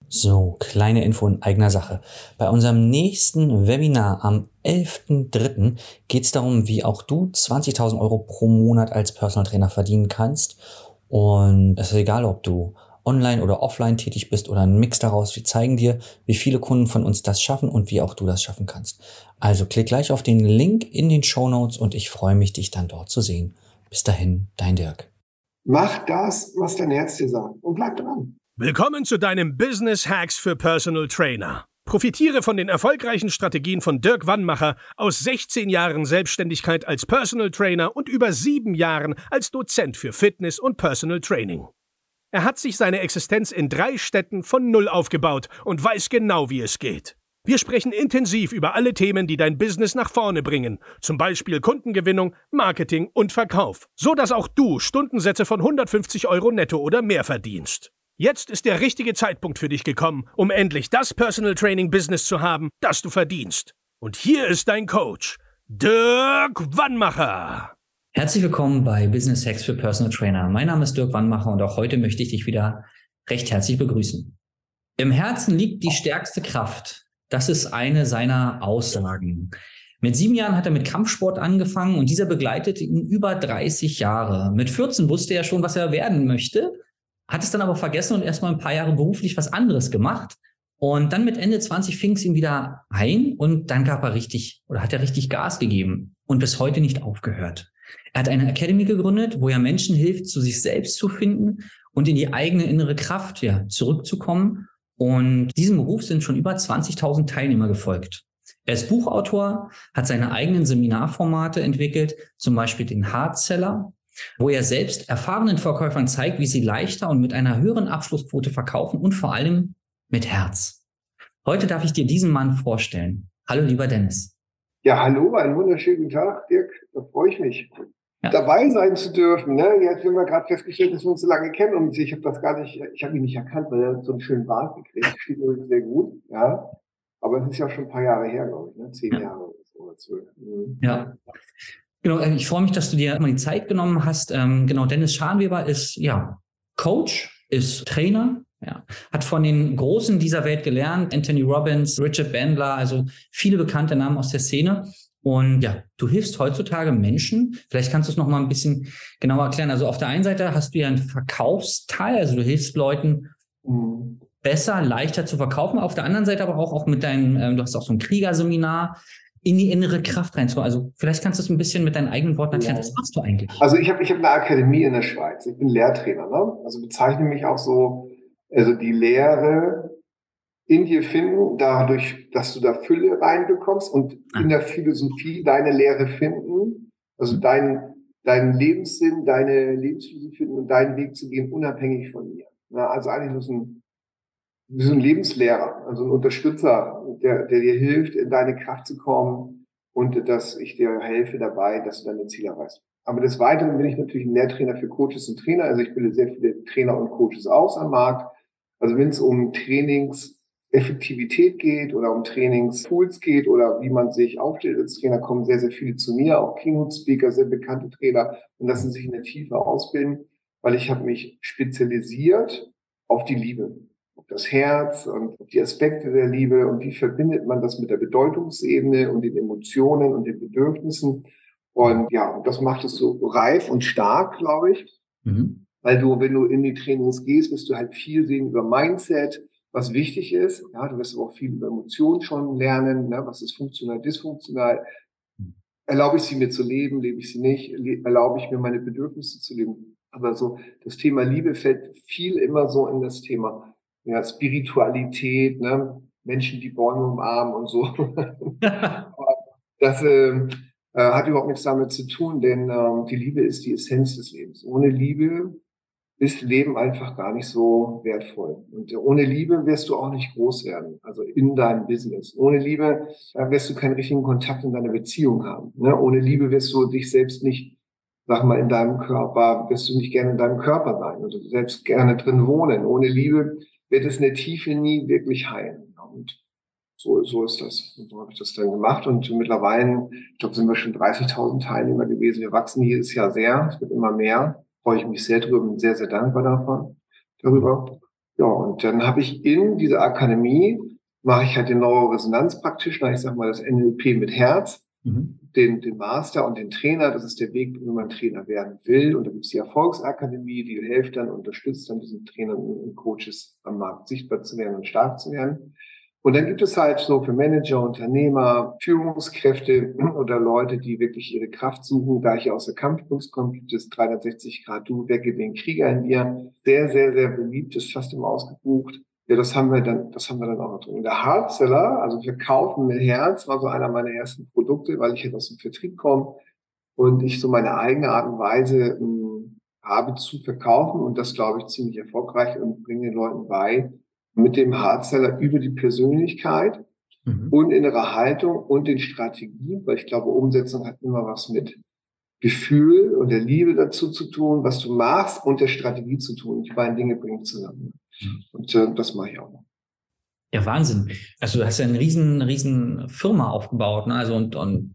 So, kleine Info in eigener Sache. Bei unserem nächsten Webinar am 11.03. geht es darum, wie auch du 20.000 Euro pro Monat als Personal Trainer verdienen kannst. Und es ist egal, ob du online oder offline tätig bist oder ein Mix daraus. Wir zeigen dir, wie viele Kunden von uns das schaffen und wie auch du das schaffen kannst. Also klick gleich auf den Link in den Shownotes und ich freue mich, dich dann dort zu sehen. Bis dahin, dein Dirk. Mach das, was dein Herz dir sagt und bleib dran. Willkommen zu deinem Business Hacks für Personal Trainer. Profitiere von den erfolgreichen Strategien von Dirk Wannmacher aus 16 Jahren Selbstständigkeit als Personal Trainer und über 7 Jahren als Dozent für Fitness und Personal Training. Er hat sich seine Existenz in 3 Städten von Null aufgebaut und weiß genau, wie es geht. Wir sprechen intensiv über alle Themen, die dein Business nach vorne bringen, zum Beispiel Kundengewinnung, Marketing und Verkauf, so dass auch du Stundensätze von 150 Euro netto oder mehr verdienst. Jetzt ist der richtige Zeitpunkt für dich gekommen, um endlich das Personal Training Business zu haben, das du verdienst. Und hier ist dein Coach, Dirk Wannmacher. Herzlich willkommen bei Business Hacks für Personal Trainer. Mein Name ist Dirk Wannmacher und auch heute möchte ich dich wieder recht herzlich begrüßen. Im Herzen liegt die stärkste Kraft. Das ist eine seiner Aussagen. Mit 7 Jahren hat er mit Kampfsport angefangen und dieser begleitete ihn über 30 Jahre. Mit 14 wusste er schon, was er werden möchte, hat es dann aber vergessen und erst mal ein paar Jahre beruflich was anderes gemacht. Und dann mit Ende 20 fing es ihm wieder ein und dann hat er richtig Gas gegeben und bis heute nicht aufgehört. Er hat eine Academy gegründet, wo er Menschen hilft, zu sich selbst zu finden und in die eigene innere Kraft zurückzukommen. Und diesem Beruf sind schon über 20.000 Teilnehmer gefolgt. Er ist Buchautor, hat seine eigenen Seminarformate entwickelt, zum Beispiel den Hardseller, wo er selbst erfahrenen Verkäufern zeigt, wie sie leichter und mit einer höheren Abschlussquote verkaufen und vor allem mit Herz. Heute darf ich dir diesen Mann vorstellen. Hallo, lieber Dennis. Ja, hallo, einen wunderschönen Tag, Dirk. Da freue ich mich, dabei sein zu dürfen. Ne? Jetzt haben wir gerade festgestellt, dass wir uns so lange kennen und ich habe ihn nicht erkannt, weil er hat so einen schönen Bart gekriegt. Steht übrigens sehr gut, ja. Aber es ist ja schon ein paar Jahre her, glaube ich, ne? 10 Jahre oder 12. Mhm. Ja. Genau, ich freue mich, dass du dir mal die Zeit genommen hast. Dennis Scharnweber ist Coach, ist Trainer, hat von den Großen dieser Welt gelernt, Anthony Robbins, Richard Bandler, also viele bekannte Namen aus der Szene. Und du hilfst heutzutage Menschen. Vielleicht kannst du es noch mal ein bisschen genauer erklären. Also auf der einen Seite hast du ja einen Verkaufsteil, also du hilfst Leuten besser, leichter zu verkaufen. Auf der anderen Seite aber auch mit deinem, du hast auch so ein Kriegerseminar, in die innere Kraft reinzukommen. Also vielleicht kannst du es ein bisschen mit deinen eigenen Worten erklären. Was machst du eigentlich? Also ich hab eine Akademie in der Schweiz. Ich bin Lehrtrainer, ne? Also bezeichne mich auch so, also die Lehre in dir finden, dadurch, dass du da Fülle reinbekommst und in der Philosophie deine Lehre finden, also deinen Lebenssinn, deine Lebensphilosophie finden und deinen Weg zu gehen, unabhängig von mir. Na, also eigentlich nur so ein Lebenslehrer, also ein Unterstützer, der dir hilft, in deine Kraft zu kommen und dass ich dir helfe dabei, dass du deine Ziele erreichst. Aber des Weiteren bin ich natürlich ein Lehrtrainer für Coaches und Trainer. Also ich bilde sehr viele Trainer und Coaches aus am Markt. Also wenn es um Trainingseffektivität geht oder um Trainingstools geht oder wie man sich aufstellt als Trainer, kommen sehr, sehr viele zu mir, auch Keynote-Speaker, sehr bekannte Trainer und lassen sich in der Tiefe ausbilden, weil ich habe mich spezialisiert auf die Liebe, auf das Herz und auf die Aspekte der Liebe und wie verbindet man das mit der Bedeutungsebene und den Emotionen und den Bedürfnissen. Und das macht es so reif und stark, glaube ich. Mhm. Weil wenn du in die Trainings gehst, wirst du halt viel sehen über Mindset, was wichtig ist. Ja, du wirst aber auch viel über Emotionen schon lernen, ne? Was ist funktional, dysfunktional. Erlaube ich sie mir zu leben, lebe ich sie nicht? Erlaube ich mir meine Bedürfnisse zu leben? Aber so das Thema Liebe fällt viel immer so in das Thema Spiritualität, ne? Menschen, die Bäume umarmen und so. Das hat überhaupt nichts damit zu tun, denn die Liebe ist die Essenz des Lebens. Ohne Liebe ist Leben einfach gar nicht so wertvoll. Und ohne Liebe wirst du auch nicht groß werden, also in deinem Business. Ohne Liebe wirst du keinen richtigen Kontakt in deiner Beziehung haben. Ne? Ohne Liebe wirst du dich selbst nicht, sag mal, in deinem Körper, wirst du nicht gerne in deinem Körper sein und selbst gerne drin wohnen. Ohne Liebe wird es in der Tiefe nie wirklich heilen. Und so ist das. Und so habe ich das dann gemacht. Und mittlerweile, ich glaube, sind wir schon 30.000 Teilnehmer gewesen. Wir wachsen jedes Jahr sehr. Es wird immer mehr. Freue ich mich sehr drüber, bin sehr, sehr dankbar darüber. Ja, und dann habe ich in dieser Akademie, mache ich halt den Neuroresonanzpraktitioner, ich sage mal das NLP mit Herz, den Master und den Trainer. Das ist der Weg, wenn man Trainer werden will. Und da gibt es die Erfolgsakademie, die hilft dann, unterstützt dann diesen Trainern und Coaches am Markt sichtbar zu werden und stark zu werden. Und dann gibt es halt so für Manager, Unternehmer, Führungskräfte oder Leute, die wirklich ihre Kraft suchen. Da ich aus der Kampfkunst komme, gibt es 360 Grad Du, wecke den Krieger in dir. Sehr, sehr, sehr beliebt, ist fast immer ausgebucht. Ja, das haben wir dann auch noch drin. Und der Hardseller, also Verkaufen mit Herz, war so einer meiner ersten Produkte, weil ich jetzt aus dem Vertrieb komme und ich so meine eigene Art und Weise habe zu verkaufen und das, glaube ich, ziemlich erfolgreich und bringe den Leuten bei, mit dem Hardseller über die Persönlichkeit und innere Haltung und den Strategien, weil ich glaube, Umsetzung hat immer was mit Gefühl und der Liebe dazu zu tun, was du machst und der Strategie zu tun. Die beiden Dinge bringen zusammen. Und das mache ich auch noch. Ja, Wahnsinn. Also du hast ja eine riesen Firma aufgebaut, ne? Also und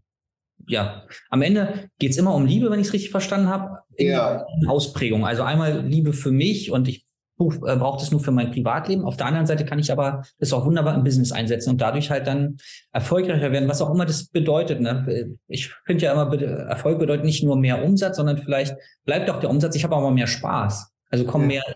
ja, am Ende geht's immer um Liebe, wenn ich es richtig verstanden habe. Ja. Ausprägung. Also einmal Liebe für mich und ich brauche das nur für mein Privatleben. Auf der anderen Seite kann ich aber das auch wunderbar im Business einsetzen und dadurch halt dann erfolgreicher werden, was auch immer das bedeutet. Ne? Ich finde ja immer, Erfolg bedeutet nicht nur mehr Umsatz, sondern vielleicht bleibt auch der Umsatz. Ich habe auch mal mehr Spaß. Also komm mehr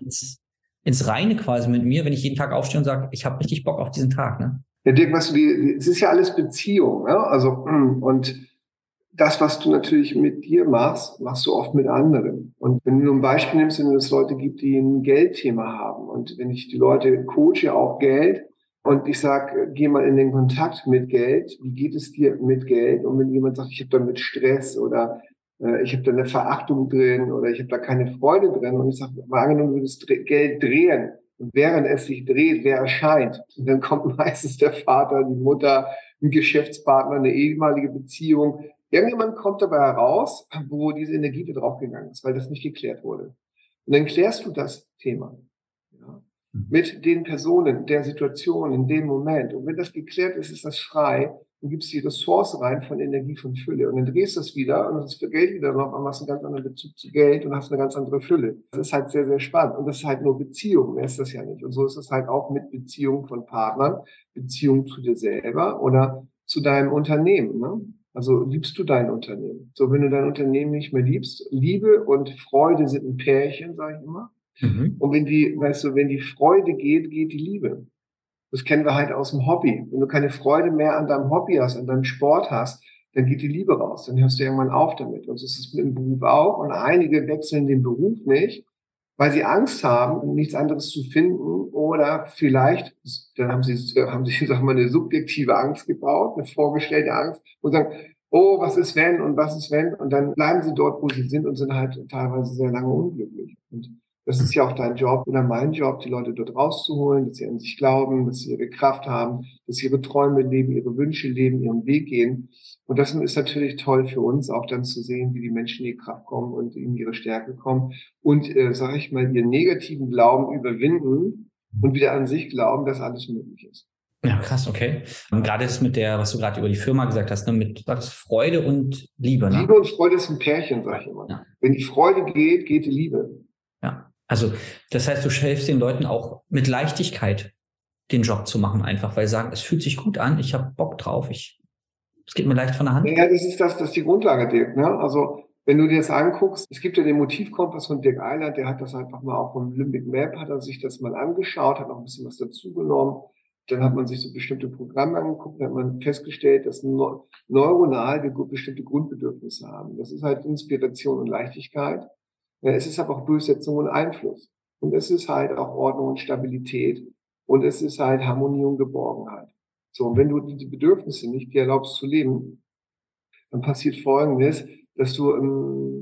ins Reine quasi mit mir, wenn ich jeden Tag aufstehe und sage, ich habe richtig Bock auf diesen Tag. Ne? Ja, Dirk, weißt du, es ist ja alles Beziehung. Ne? Also, und das, was du natürlich mit dir machst, machst du oft mit anderen. Und wenn du nur ein Beispiel nimmst, wenn es Leute gibt, die ein Geldthema haben und wenn ich die Leute coache, auch Geld, und ich sage, geh mal in den Kontakt mit Geld, wie geht es dir mit Geld? Und wenn jemand sagt, ich habe damit Stress oder ich habe da eine Verachtung drin oder ich habe da keine Freude drin und ich sage, mal angenommen, du würdest Geld drehen und während es sich dreht, wer erscheint? Und dann kommt meistens der Vater, die Mutter, ein Geschäftspartner, eine ehemalige Beziehung. Irgendjemand kommt dabei heraus, wo diese Energie da draufgegangen ist, weil das nicht geklärt wurde. Und dann klärst du das Thema. Ja, mit den Personen, der Situation, in dem Moment. Und wenn das geklärt ist, ist das frei. Du gibst die Ressource rein von Energie, von Fülle. Und dann drehst du das wieder und das ist für Geld wieder noch, dann hast du einen ganz anderen Bezug zu Geld und hast eine ganz andere Fülle. Das ist halt sehr, sehr spannend. Und das ist halt nur Beziehung, mehr ist das ja nicht. Und so ist es halt auch mit Beziehungen von Partnern, Beziehung zu dir selber oder zu deinem Unternehmen. Ne? Also liebst du dein Unternehmen? So, wenn du dein Unternehmen nicht mehr liebst, Liebe und Freude sind ein Pärchen, sage ich immer. Und wenn die Freude geht, geht die Liebe. Das kennen wir halt aus dem Hobby. Wenn du keine Freude mehr an deinem Hobby hast, an deinem Sport hast, dann geht die Liebe raus. Dann hörst du irgendwann auf damit. Und so ist es mit dem Beruf auch. Und einige wechseln den Beruf nicht, weil sie Angst haben, nichts anderes zu finden. Oder vielleicht, dann haben sie sag mal, eine subjektive Angst gebaut, eine vorgestellte Angst und sagen, oh, was ist wenn und was ist wenn? Und dann bleiben sie dort, wo sie sind und sind halt teilweise sehr lange unglücklich. Und das ist ja auch dein Job oder mein Job, die Leute dort rauszuholen, dass sie an sich glauben, dass sie ihre Kraft haben, dass sie ihre Träume leben, ihre Wünsche leben, ihren Weg gehen. Und das ist natürlich toll für uns, auch dann zu sehen, wie die Menschen in die Kraft kommen und in ihre Stärke kommen und, sage ich mal, ihren negativen Glauben überwinden und wieder an sich glauben, dass alles möglich ist. Ja, krass, okay. Und gerade das mit der, was du gerade über die Firma gesagt hast, ne, mit Freude und Liebe. Ne? Liebe und Freude ist ein Pärchen, sage ich immer. Ja. Wenn die Freude geht, geht die Liebe. Ja, also das heißt, du hilfst den Leuten auch mit Leichtigkeit den Job zu machen, einfach, weil sie sagen, es fühlt sich gut an, ich habe Bock drauf, es geht mir leicht von der Hand. Ja, das ist die Grundlage, Dirk. Ne? Also wenn du dir das anguckst, es gibt ja den Motivkompass von Dirk Eilert, der hat das einfach mal auch vom Limbic Map, hat er sich das mal angeschaut, hat noch ein bisschen was dazugenommen. Dann hat man sich so bestimmte Programme angeguckt, dann hat man festgestellt, dass neuronal wir bestimmte Grundbedürfnisse haben. Das ist halt Inspiration und Leichtigkeit. Es ist aber auch Durchsetzung und Einfluss. Und es ist halt auch Ordnung und Stabilität. Und es ist halt Harmonie und Geborgenheit. So, und wenn du die Bedürfnisse nicht dir erlaubst zu leben, dann passiert Folgendes, dass du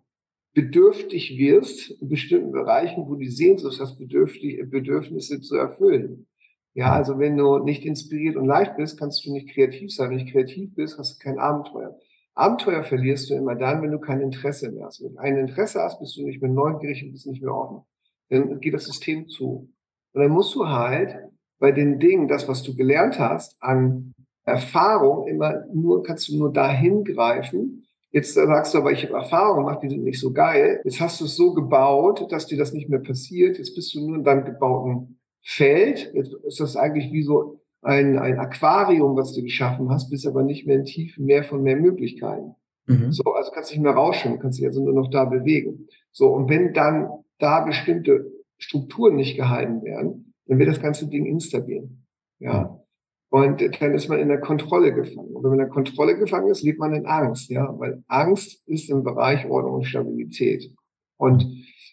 bedürftig wirst in bestimmten Bereichen, wo die Sehnsucht hast, Bedürfnisse zu erfüllen. Ja, also wenn du nicht inspiriert und leicht bist, kannst du nicht kreativ sein. Wenn du nicht kreativ bist, hast du kein Abenteuer. Abenteuer verlierst du immer dann, wenn du kein Interesse mehr hast. Wenn du ein Interesse hast, bist du nicht mehr neugierig und bist nicht mehr offen. Dann geht das System zu. Und dann musst du halt bei den Dingen, das, was du gelernt hast, an Erfahrung kannst du nur dahin greifen, Jetzt sagst du aber, ich habe Erfahrungen gemacht, die sind nicht so geil. Jetzt hast du es so gebaut, dass dir das nicht mehr passiert. Jetzt bist du nur in deinem gebauten Feld. Jetzt ist das eigentlich wie so ein Aquarium, was du geschaffen hast, bist aber nicht mehr in tiefen Meer von mehr Möglichkeiten. So, also kannst dich nicht mehr rausschwimmen, kannst dich also nur noch da bewegen. So, und wenn dann da bestimmte Strukturen nicht gehalten werden, dann wird das ganze Ding instabil. Ja. Und dann ist man in der Kontrolle gefangen. Und wenn man in der Kontrolle gefangen ist, lebt man in Angst, ja, weil Angst ist im Bereich Ordnung und Stabilität. Und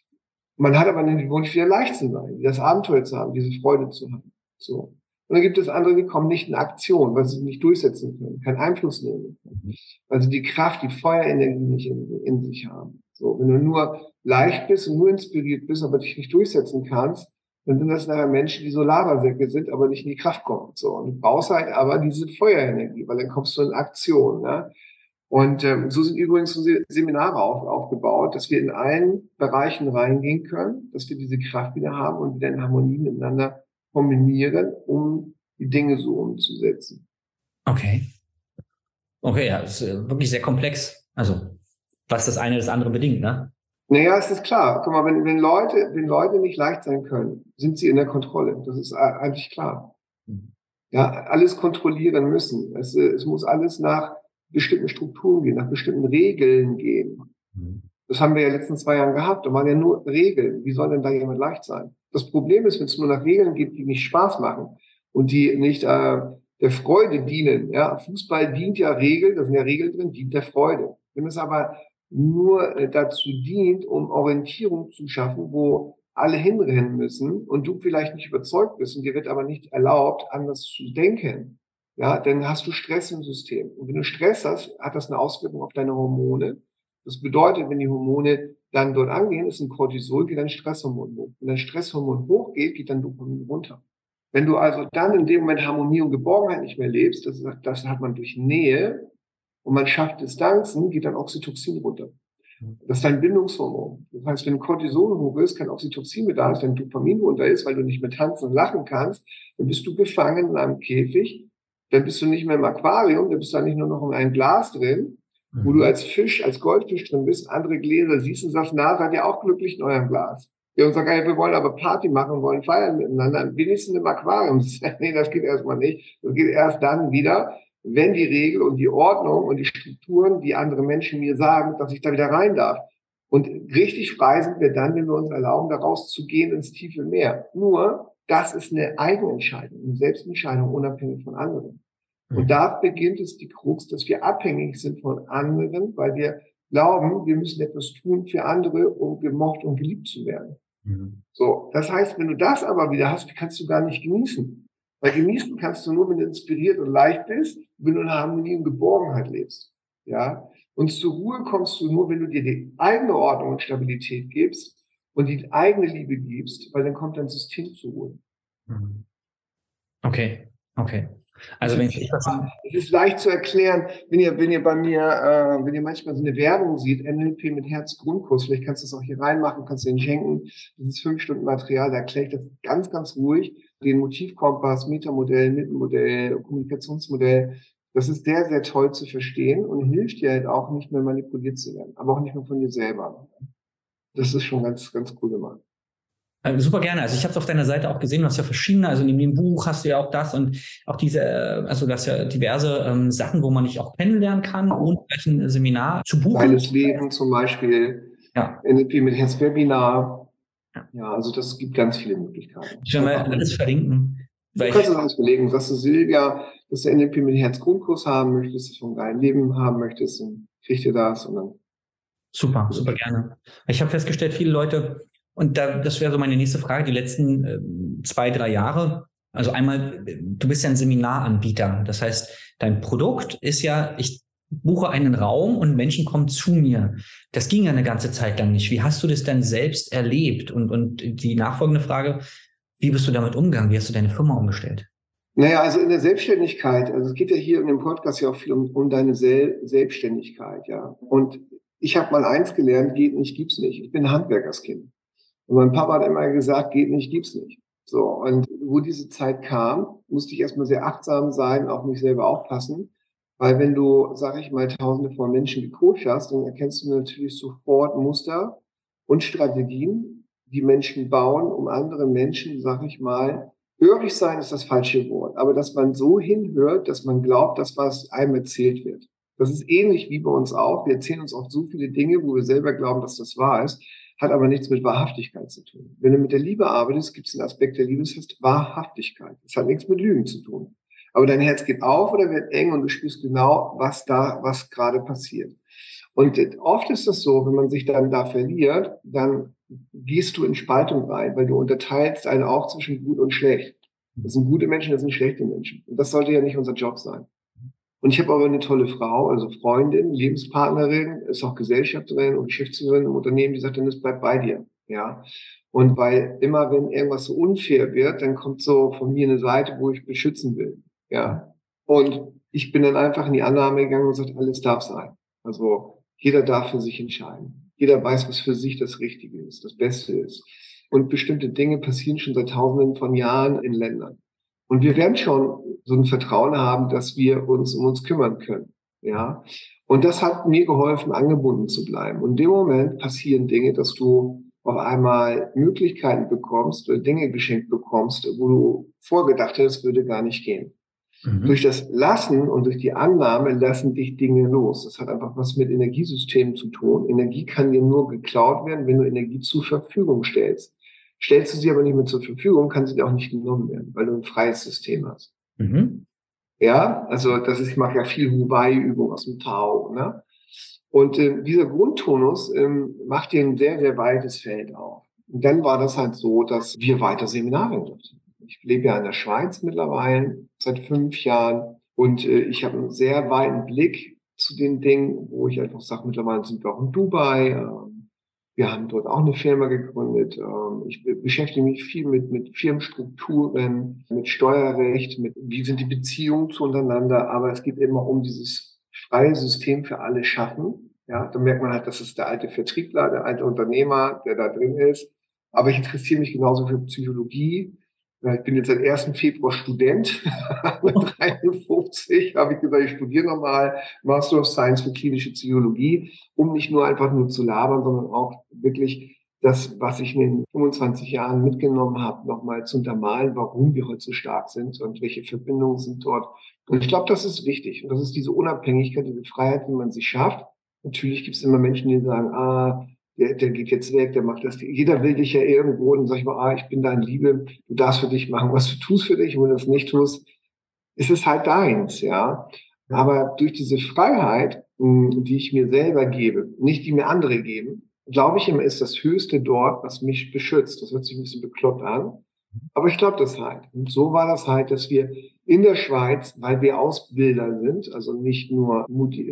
man hat aber den Wunsch, wieder leicht zu sein, das Abenteuer zu haben, diese Freude zu haben. So. Und dann gibt es andere, die kommen nicht in Aktion, weil sie sich nicht durchsetzen können, keinen Einfluss nehmen können, weil sie die Kraft, die Feuerenergie nicht in sich haben. So, wenn du nur leicht bist und nur inspiriert bist, aber dich nicht durchsetzen kannst, dann sind das nachher Menschen, die so Labersäcke sind, aber nicht in die Kraft kommen. So, und du brauchst halt aber diese Feuerenergie, weil dann kommst du in Aktion. Ne? Und so sind übrigens unsere Seminare aufgebaut, dass wir in allen Bereichen reingehen können, dass wir diese Kraft wieder haben und wieder in Harmonie miteinander kombinieren, um die Dinge so umzusetzen. Okay. Okay, ja, das ist wirklich sehr komplex. Also, was das eine das andere bedingt, ne? Naja, es ist klar. Guck mal, wenn Leute nicht leicht sein können, sind sie in der Kontrolle. Das ist eigentlich klar. Ja, alles kontrollieren müssen. Es muss alles nach bestimmten Strukturen gehen, nach bestimmten Regeln gehen. Das haben wir ja in den letzten 2 Jahren gehabt. Da waren ja nur Regeln. Wie soll denn da jemand leicht sein? Das Problem ist, wenn es nur nach Regeln geht, die nicht Spaß machen und die nicht der Freude dienen. Ja, Fußball dient ja Regeln, da sind ja Regeln drin, dient der Freude. Wenn es aber nur dazu dient, um Orientierung zu schaffen, wo alle hinrennen müssen und du vielleicht nicht überzeugt bist und dir wird aber nicht erlaubt, anders zu denken, ja, dann hast du Stress im System. Und wenn du Stress hast, hat das eine Auswirkung auf deine Hormone. Das bedeutet, wenn die Hormone dann dort angehen, ist ein Cortisol, geht ein Stresshormon hoch. Wenn das Stresshormon hochgeht, geht dann Dopamin runter. Wenn du also dann in dem Moment Harmonie und Geborgenheit nicht mehr lebst, das hat man durch Nähe und man schafft Distanzen, geht dann Oxytocin runter. Das ist dein Bindungshormon. Das heißt, wenn Cortisol hoch ist, kein Oxytocin mehr da ist, wenn Dopamin runter ist, weil du nicht mehr tanzen und lachen kannst, dann bist du gefangen in einem Käfig, dann bist du nicht mehr im Aquarium, dann bist du eigentlich nur noch in einem Glas drin, wo du als Fisch, als Goldfisch drin bist, andere Gläser siehst und sagst, na, seid ihr auch glücklich in eurem Glas? Ja, und sagen, ja, wir wollen aber Party machen, wollen feiern miteinander, wenigstens im Aquarium. Nee, das geht erstmal nicht. Das geht erst dann wieder, wenn die Regel und die Ordnung und die Strukturen, die andere Menschen mir sagen, dass ich da wieder rein darf. Und richtig frei sind wir dann, wenn wir uns erlauben, da rauszugehen ins tiefe Meer. Nur, das ist eine Eigenentscheidung, eine Selbstentscheidung, unabhängig von anderen. Und da beginnt es die Krux, dass wir abhängig sind von anderen, weil wir glauben, wir müssen etwas tun für andere, um gemocht und geliebt zu werden. So, das heißt, wenn du das aber wieder hast, kannst du gar nicht genießen. Weil genießen kannst du nur, wenn du inspiriert und leicht bist, wenn du in Harmonie und Geborgenheit lebst. Ja? Und zur Ruhe kommst du nur, wenn du dir die eigene Ordnung und Stabilität gibst und die eigene Liebe gibst, weil dann kommt dein System zur Ruhe. Okay. Also wenn ich das es ist leicht zu erklären, wenn ihr bei mir, wenn ihr manchmal so eine Werbung seht, NLP mit Herzgrundkurs, vielleicht kannst du das auch hier reinmachen, kannst du den schenken. Das ist 5 Stunden Material, da erkläre ich das ganz, ganz ruhig. Den Motivkompass, Metamodell, Mittelmodell, Kommunikationsmodell. Das ist sehr, sehr toll zu verstehen und hilft dir halt auch nicht mehr manipuliert zu werden, aber auch nicht mehr von dir selber. Das ist schon ganz, ganz cool gemacht. Super gerne. Also ich habe es auf deiner Seite auch gesehen, du hast ja verschiedene, also in dem Buch hast du ja auch das und auch diese, also du hast ja diverse Sachen, wo man dich auch kennenlernen kann und gleich ein Seminar zu buchen. Deines Leben zum Beispiel, ja. NLP mit Herz-Webinar. Ja, also das gibt ganz viele Möglichkeiten. Ich will mal alles verlinken. Du kannst das alles belegen. Sagst du, Silvia, dass du NLP mit Herzgrundkurs haben möchtest, dass du von deinem Leben haben möchtest, dann kriegst du das und dann. Super gerne. Ich habe festgestellt, viele Leute, und das wäre so meine nächste Frage, die letzten 2-3 Jahre. Also einmal, du bist ja ein Seminaranbieter. Das heißt, dein Produkt ist ja, ich buche einen Raum und Menschen kommen zu mir. Das ging ja eine ganze Zeit lang nicht. Wie hast du das denn selbst erlebt? Und die nachfolgende Frage, wie bist du damit umgegangen? Wie hast du deine Firma umgestellt? Naja, also in der Selbstständigkeit, also es geht ja hier in dem Podcast ja auch viel um deine Selbstständigkeit, ja. Und ich habe mal eins gelernt, geht nicht, gibt's nicht. Ich bin ein Handwerkerskind. Und mein Papa hat immer gesagt, geht nicht, gibt's nicht. So, und wo diese Zeit kam, musste ich erstmal sehr achtsam sein, auf mich selber aufpassen, Weil wenn du, sage ich mal, Tausende von Menschen gecoacht hast, dann erkennst du natürlich sofort Muster und Strategien, die Menschen bauen, um andere Menschen, sage ich mal, hörig sein ist das falsche Wort, aber dass man so hinhört, dass man glaubt, dass was einem erzählt wird. Das ist ähnlich wie bei uns auch. Wir erzählen uns oft so viele Dinge, wo wir selber glauben, dass das wahr ist, hat aber nichts mit Wahrhaftigkeit zu tun. Wenn du mit der Liebe arbeitest, gibt es einen Aspekt der Liebe, das heißt Wahrhaftigkeit. Das hat nichts mit Lügen zu tun. Aber dein Herz geht auf oder wird eng und du spürst genau, was gerade passiert. Und oft ist das so, wenn man sich dann da verliert, dann gehst du in Spaltung rein, weil du unterteilst einen auch zwischen gut und schlecht. Das sind gute Menschen, das sind schlechte Menschen. Und das sollte ja nicht unser Job sein. Und ich habe aber eine tolle Frau, also Freundin, Lebenspartnerin, ist auch Gesellschafterin und Geschäftsführerin im Unternehmen, die sagt, dann es bleibt bei dir. Ja. Und weil immer, wenn irgendwas so unfair wird, dann kommt so von mir eine Seite, wo ich beschützen will. Ja. Und ich bin dann einfach in die Annahme gegangen und gesagt, alles darf sein. Also jeder darf für sich entscheiden. Jeder weiß, was für sich das Richtige ist, das Beste ist. Und bestimmte Dinge passieren schon seit Tausenden von Jahren in Ländern. Und wir werden schon so ein Vertrauen haben, dass wir uns um uns kümmern können. Ja. Und das hat mir geholfen, angebunden zu bleiben. Und in dem Moment passieren Dinge, dass du auf einmal Möglichkeiten bekommst oder Dinge geschenkt bekommst, wo du vorgedacht hättest, würde gar nicht gehen. Durch das Lassen und durch die Annahme lassen dich Dinge los. Das hat einfach was mit Energiesystemen zu tun. Energie kann dir nur geklaut werden, wenn du Energie zur Verfügung stellst. Stellst du sie aber nicht mehr zur Verfügung, kann sie dir auch nicht genommen werden, weil du ein freies System hast. Ja, also ich mache ja viel Hubai-Übung aus dem Tao, ne? Und dieser Grundtonus macht dir ein sehr, sehr weites Feld auf. Und dann war das halt so, dass wir weiter Seminare gemacht haben. Ich lebe ja in der Schweiz mittlerweile seit 5 Jahren und ich habe einen sehr weiten Blick zu den Dingen, wo ich einfach sage, mittlerweile sind wir auch in Dubai. Wir haben dort auch eine Firma gegründet. Ich beschäftige mich viel mit Firmenstrukturen, mit Steuerrecht, mit wie sind die Beziehungen zueinander. Aber es geht immer um dieses freie System für alle schaffen. Ja, da merkt man halt, das ist der alte Vertriebler, der alte Unternehmer, der da drin ist. Aber ich interessiere mich genauso für Psychologie. Ich bin jetzt seit 1. Februar Student. Mit 53 habe ich gesagt, ich studiere nochmal Master of Science für klinische Psychologie, um nicht nur einfach nur zu labern, sondern auch wirklich das, was ich in den 25 Jahren mitgenommen habe, nochmal zu untermalen, warum wir heute so stark sind und welche Verbindungen sind dort. Und ich glaube, das ist wichtig. Und das ist diese Unabhängigkeit, diese Freiheit, die man sich schafft. Natürlich gibt es immer Menschen, die sagen, der geht jetzt weg, der macht das. Jeder will dich ja irgendwo und sag ich mal, ich bin dein Liebe, du darfst für dich machen, was du tust für dich. Und wenn du das nicht tust, ist es halt deins, ja. Aber durch diese Freiheit, die ich mir selber gebe, nicht die mir andere geben, glaube ich immer, ist das Höchste dort, was mich beschützt. Das hört sich ein bisschen bekloppt an. Aber ich glaube das halt. Und so war das halt, dass wir in der Schweiz, weil wir Ausbilder sind, also nicht nur,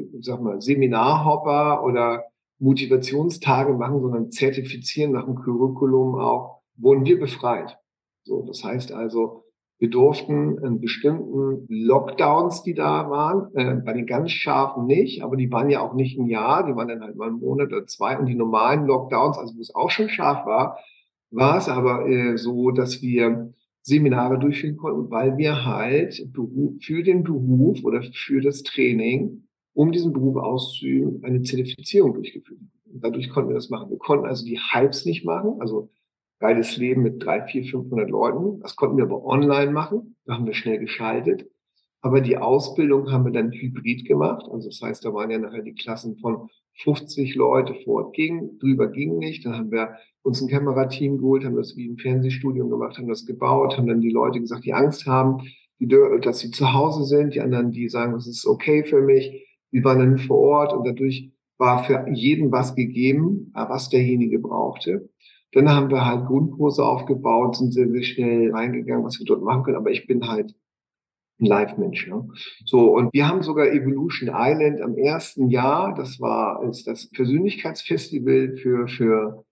Seminarhopper oder Motivationstage machen, sondern zertifizieren nach dem Curriculum auch, wurden wir befreit. So, das heißt also, wir durften in bestimmten Lockdowns, die da waren, bei den ganz scharfen nicht, aber die waren ja auch nicht ein Jahr, die waren dann halt mal einen Monat oder 2. Und die normalen Lockdowns, also wo es auch schon scharf war, war es aber so, dass wir Seminare durchführen konnten, weil wir halt für den Beruf oder für das Training, um diesen Beruf auszuüben, eine Zertifizierung durchgeführt haben. Und dadurch konnten wir das machen. Wir konnten also die Hypes nicht machen, also geiles Leben mit 300, 400, 500 Leuten. Das konnten wir aber online machen. Da haben wir schnell geschaltet. Aber die Ausbildung haben wir dann hybrid gemacht. Also das heißt, da waren ja nachher die Klassen von 50 Leute vor Ort drüber ging nicht. Dann haben wir uns ein Kamerateam geholt, haben das wie im Fernsehstudium gemacht, haben das gebaut, haben dann die Leute gesagt, die Angst haben, dass sie zu Hause sind. Die anderen, die sagen, das ist okay für mich. Die waren dann vor Ort und dadurch war für jeden was gegeben, was derjenige brauchte. Dann haben wir halt Grundkurse aufgebaut, sind sehr, sehr schnell reingegangen, was wir dort machen können. Aber ich bin halt ein Live-Mensch. Ne? So, und wir haben sogar Evolution Island am 1. Jahr. Das ist das Persönlichkeitsfestival für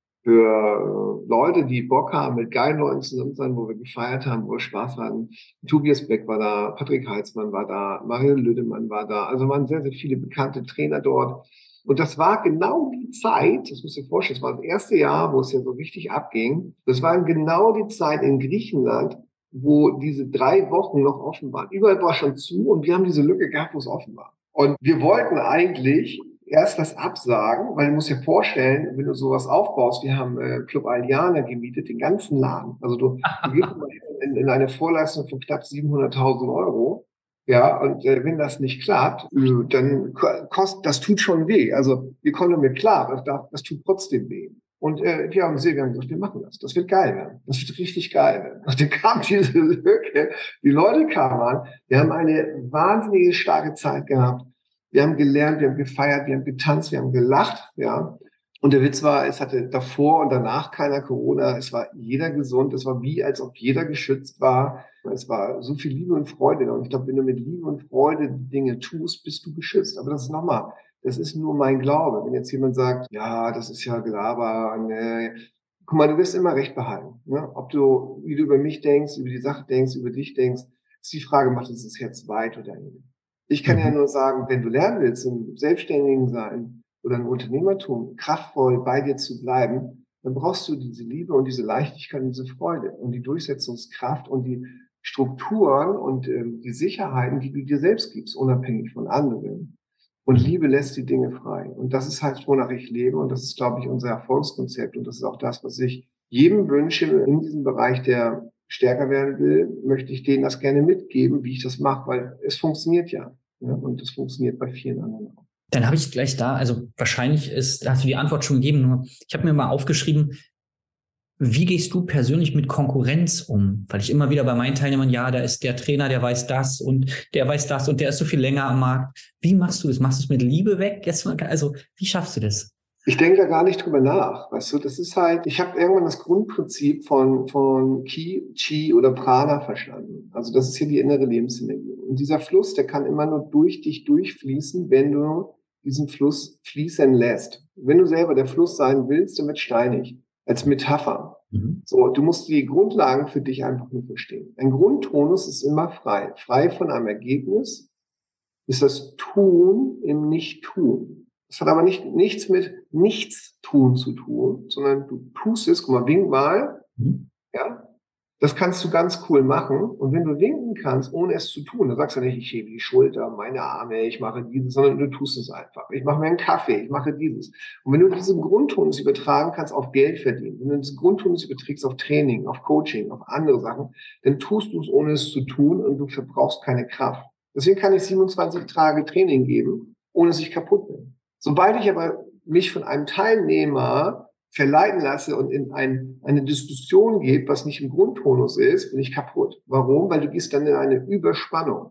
Leute, die Bock haben, mit geilen Leuten zusammen sein, wo wir gefeiert haben, wo wir Spaß hatten. Tobias Beck war da, Patrick Heitzmann war da, Mario Lüdemann war da. Also waren sehr, sehr viele bekannte Trainer dort. Und das war genau die Zeit, das musst du dir vorstellen, das war das erste Jahr, wo es ja so richtig abging. Das war genau die Zeit in Griechenland, wo diese 3 Wochen noch offen waren. Überall war schon zu und wir haben diese Lücke gehabt, wo es offen war. Und wir wollten eigentlich erst das absagen, weil du musst dir vorstellen, wenn du sowas aufbaust, wir haben Club Aliana gemietet, den ganzen Laden. Also du gehst mal in eine Vorleistung von knapp 700.000 Euro. Ja, und wenn das nicht klappt, dann das tut schon weh. Also wir kommen damit klar, aber das tut trotzdem weh. Und wir haben gesagt, wir machen das. Das wird geil werden. Das wird richtig geil werden. Und dann kam diese Lücke. Die Leute kamen an. Wir haben eine wahnsinnige starke Zeit gehabt. Wir haben gelernt, wir haben gefeiert, wir haben getanzt, wir haben gelacht. Ja. Und der Witz war, es hatte davor und danach keiner Corona. Es war jeder gesund. Es war wie, als ob jeder geschützt war. Es war so viel Liebe und Freude. Und ich glaube, wenn du mit Liebe und Freude Dinge tust, bist du geschützt. Aber das ist nochmal, das ist nur mein Glaube. Wenn jetzt jemand sagt, ja, das ist ja Gelaber, ne. Guck mal, du wirst immer Recht behalten. Ne? Wie du über mich denkst, über die Sache denkst, über dich denkst, ist die Frage, macht es das Herz weit oder nicht? Ich kann ja nur sagen, wenn du lernen willst, im Selbstständigen sein oder im Unternehmertum, kraftvoll bei dir zu bleiben, dann brauchst du diese Liebe und diese Leichtigkeit und diese Freude und die Durchsetzungskraft und die Strukturen und die Sicherheiten, die du dir selbst gibst, unabhängig von anderen. Und Liebe lässt die Dinge frei. Und das ist halt, wonach ich lebe. Und das ist, glaube ich, unser Erfolgskonzept. Und das ist auch das, was ich jedem wünsche in diesem Bereich, der stärker werden will, möchte ich denen das gerne mitgeben, wie ich das mache, weil es funktioniert ja. Und es funktioniert bei vielen anderen auch. Dann habe ich gleich also wahrscheinlich hast du die Antwort schon gegeben, nur ich habe mir mal aufgeschrieben, wie gehst du persönlich mit Konkurrenz um? Weil ich immer wieder bei meinen Teilnehmern, ja, da ist der Trainer, der weiß das und der weiß das und der ist so viel länger am Markt. Wie machst du das? Machst du es mit Liebe weg? Also, wie schaffst du das? Ich denke da gar nicht drüber nach, weißt du, das ist halt, ich habe irgendwann das Grundprinzip von Ki, Chi oder Prana verstanden. Also das ist hier die innere Lebensenergie. Und dieser Fluss, der kann immer nur durch dich durchfließen, wenn du diesen Fluss fließen lässt. Wenn du selber der Fluss sein willst, dann wird steinig. Als Metapher. So, du musst die Grundlagen für dich einfach nur verstehen. Ein Grundtonus ist immer frei. Frei von einem Ergebnis ist das Tun im Nicht-Tun. Das hat aber nichts mit Nichtstun zu tun, sondern du tust es, guck mal, wink mal, ja, das kannst du ganz cool machen. Und wenn du winken kannst, ohne es zu tun, dann sagst du nicht, ich hebe die Schulter, meine Arme, ich mache dieses, sondern du tust es einfach. Ich mache mir einen Kaffee, ich mache dieses. Und wenn du diesen Grundtonus übertragen kannst auf Geld verdienen, wenn du diesen Grundtonus überträgst auf Training, auf Coaching, auf andere Sachen, dann tust du es, ohne es zu tun und du verbrauchst keine Kraft. Deswegen kann ich 27 Tage Training geben, ohne dass ich kaputt bin. Sobald ich aber mich von einem Teilnehmer verleiten lasse und in eine Diskussion geht, was nicht im Grundtonus ist, bin ich kaputt. Warum? Weil du gehst dann in eine Überspannung.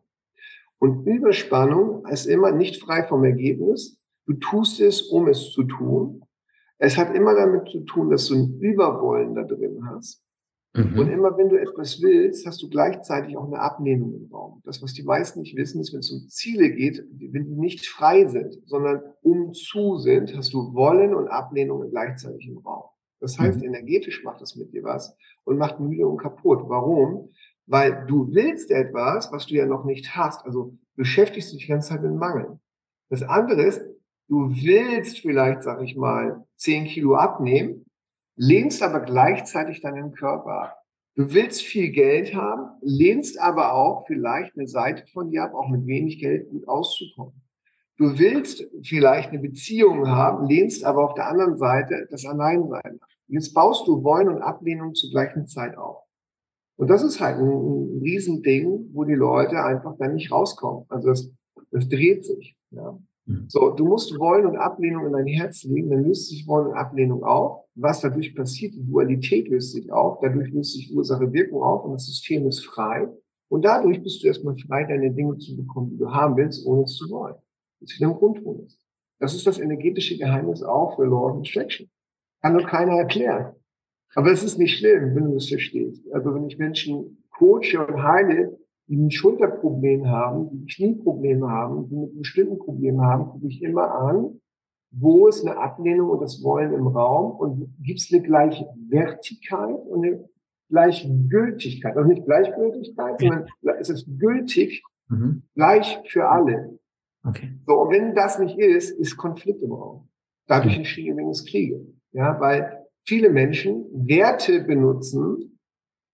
Und Überspannung ist immer nicht frei vom Ergebnis. Du tust es, um es zu tun. Es hat immer damit zu tun, dass du ein Überwollen da drin hast. Und immer wenn du etwas willst, hast du gleichzeitig auch eine Ablehnung im Raum. Das, was die meisten nicht wissen, ist, wenn es um Ziele geht, wenn die nicht frei sind, sondern zu sind, hast du Wollen und Ablehnung gleichzeitig im Raum. Das heißt, energetisch macht das mit dir was und macht müde und kaputt. Warum? Weil du willst etwas, was du ja noch nicht hast. Also beschäftigst du dich die ganze Zeit mit Mangel. Das andere ist, du willst vielleicht, sag ich mal, 10 Kilo abnehmen, lehnst aber gleichzeitig deinen Körper ab. Du willst viel Geld haben, lehnst aber auch vielleicht eine Seite von dir ab, auch mit wenig Geld gut auszukommen. Du willst vielleicht eine Beziehung haben, lehnst aber auf der anderen Seite das Alleinsein ab. Jetzt baust du Wollen und Ablehnung zur gleichen Zeit auf. Und das ist halt ein Riesending, wo die Leute einfach dann nicht rauskommen. Also das dreht sich. Ja. So, du musst Wollen und Ablehnung in dein Herz legen, dann löst sich Wollen und Ablehnung auf. Was dadurch passiert, die Dualität löst sich auf, dadurch löst sich Ursache-Wirkung auf und das System ist frei. Und dadurch bist du erstmal frei, deine Dinge zu bekommen, die du haben willst, ohne es zu wollen. Das ist wieder ein Grundtonus. Das ist das energetische Geheimnis auch für Law of Attraction. Kann nur keiner erklären. Aber es ist nicht schlimm, wenn du es verstehst. Also wenn ich Menschen coache und heile, die ein Schulterproblem haben, die Knieprobleme haben, die mit bestimmten Problemen haben, gucke ich immer an, wo ist eine Ablehnung und das Wollen im Raum und gibt es eine Gleichwertigkeit und eine Gleichgültigkeit. Also nicht Gleichgültigkeit, sondern es ist gültig, gleich für alle. Okay. So, und wenn das nicht ist Konflikt im Raum. Dadurch entstehen übrigens Kriege. Ja, weil viele Menschen Werte benutzen,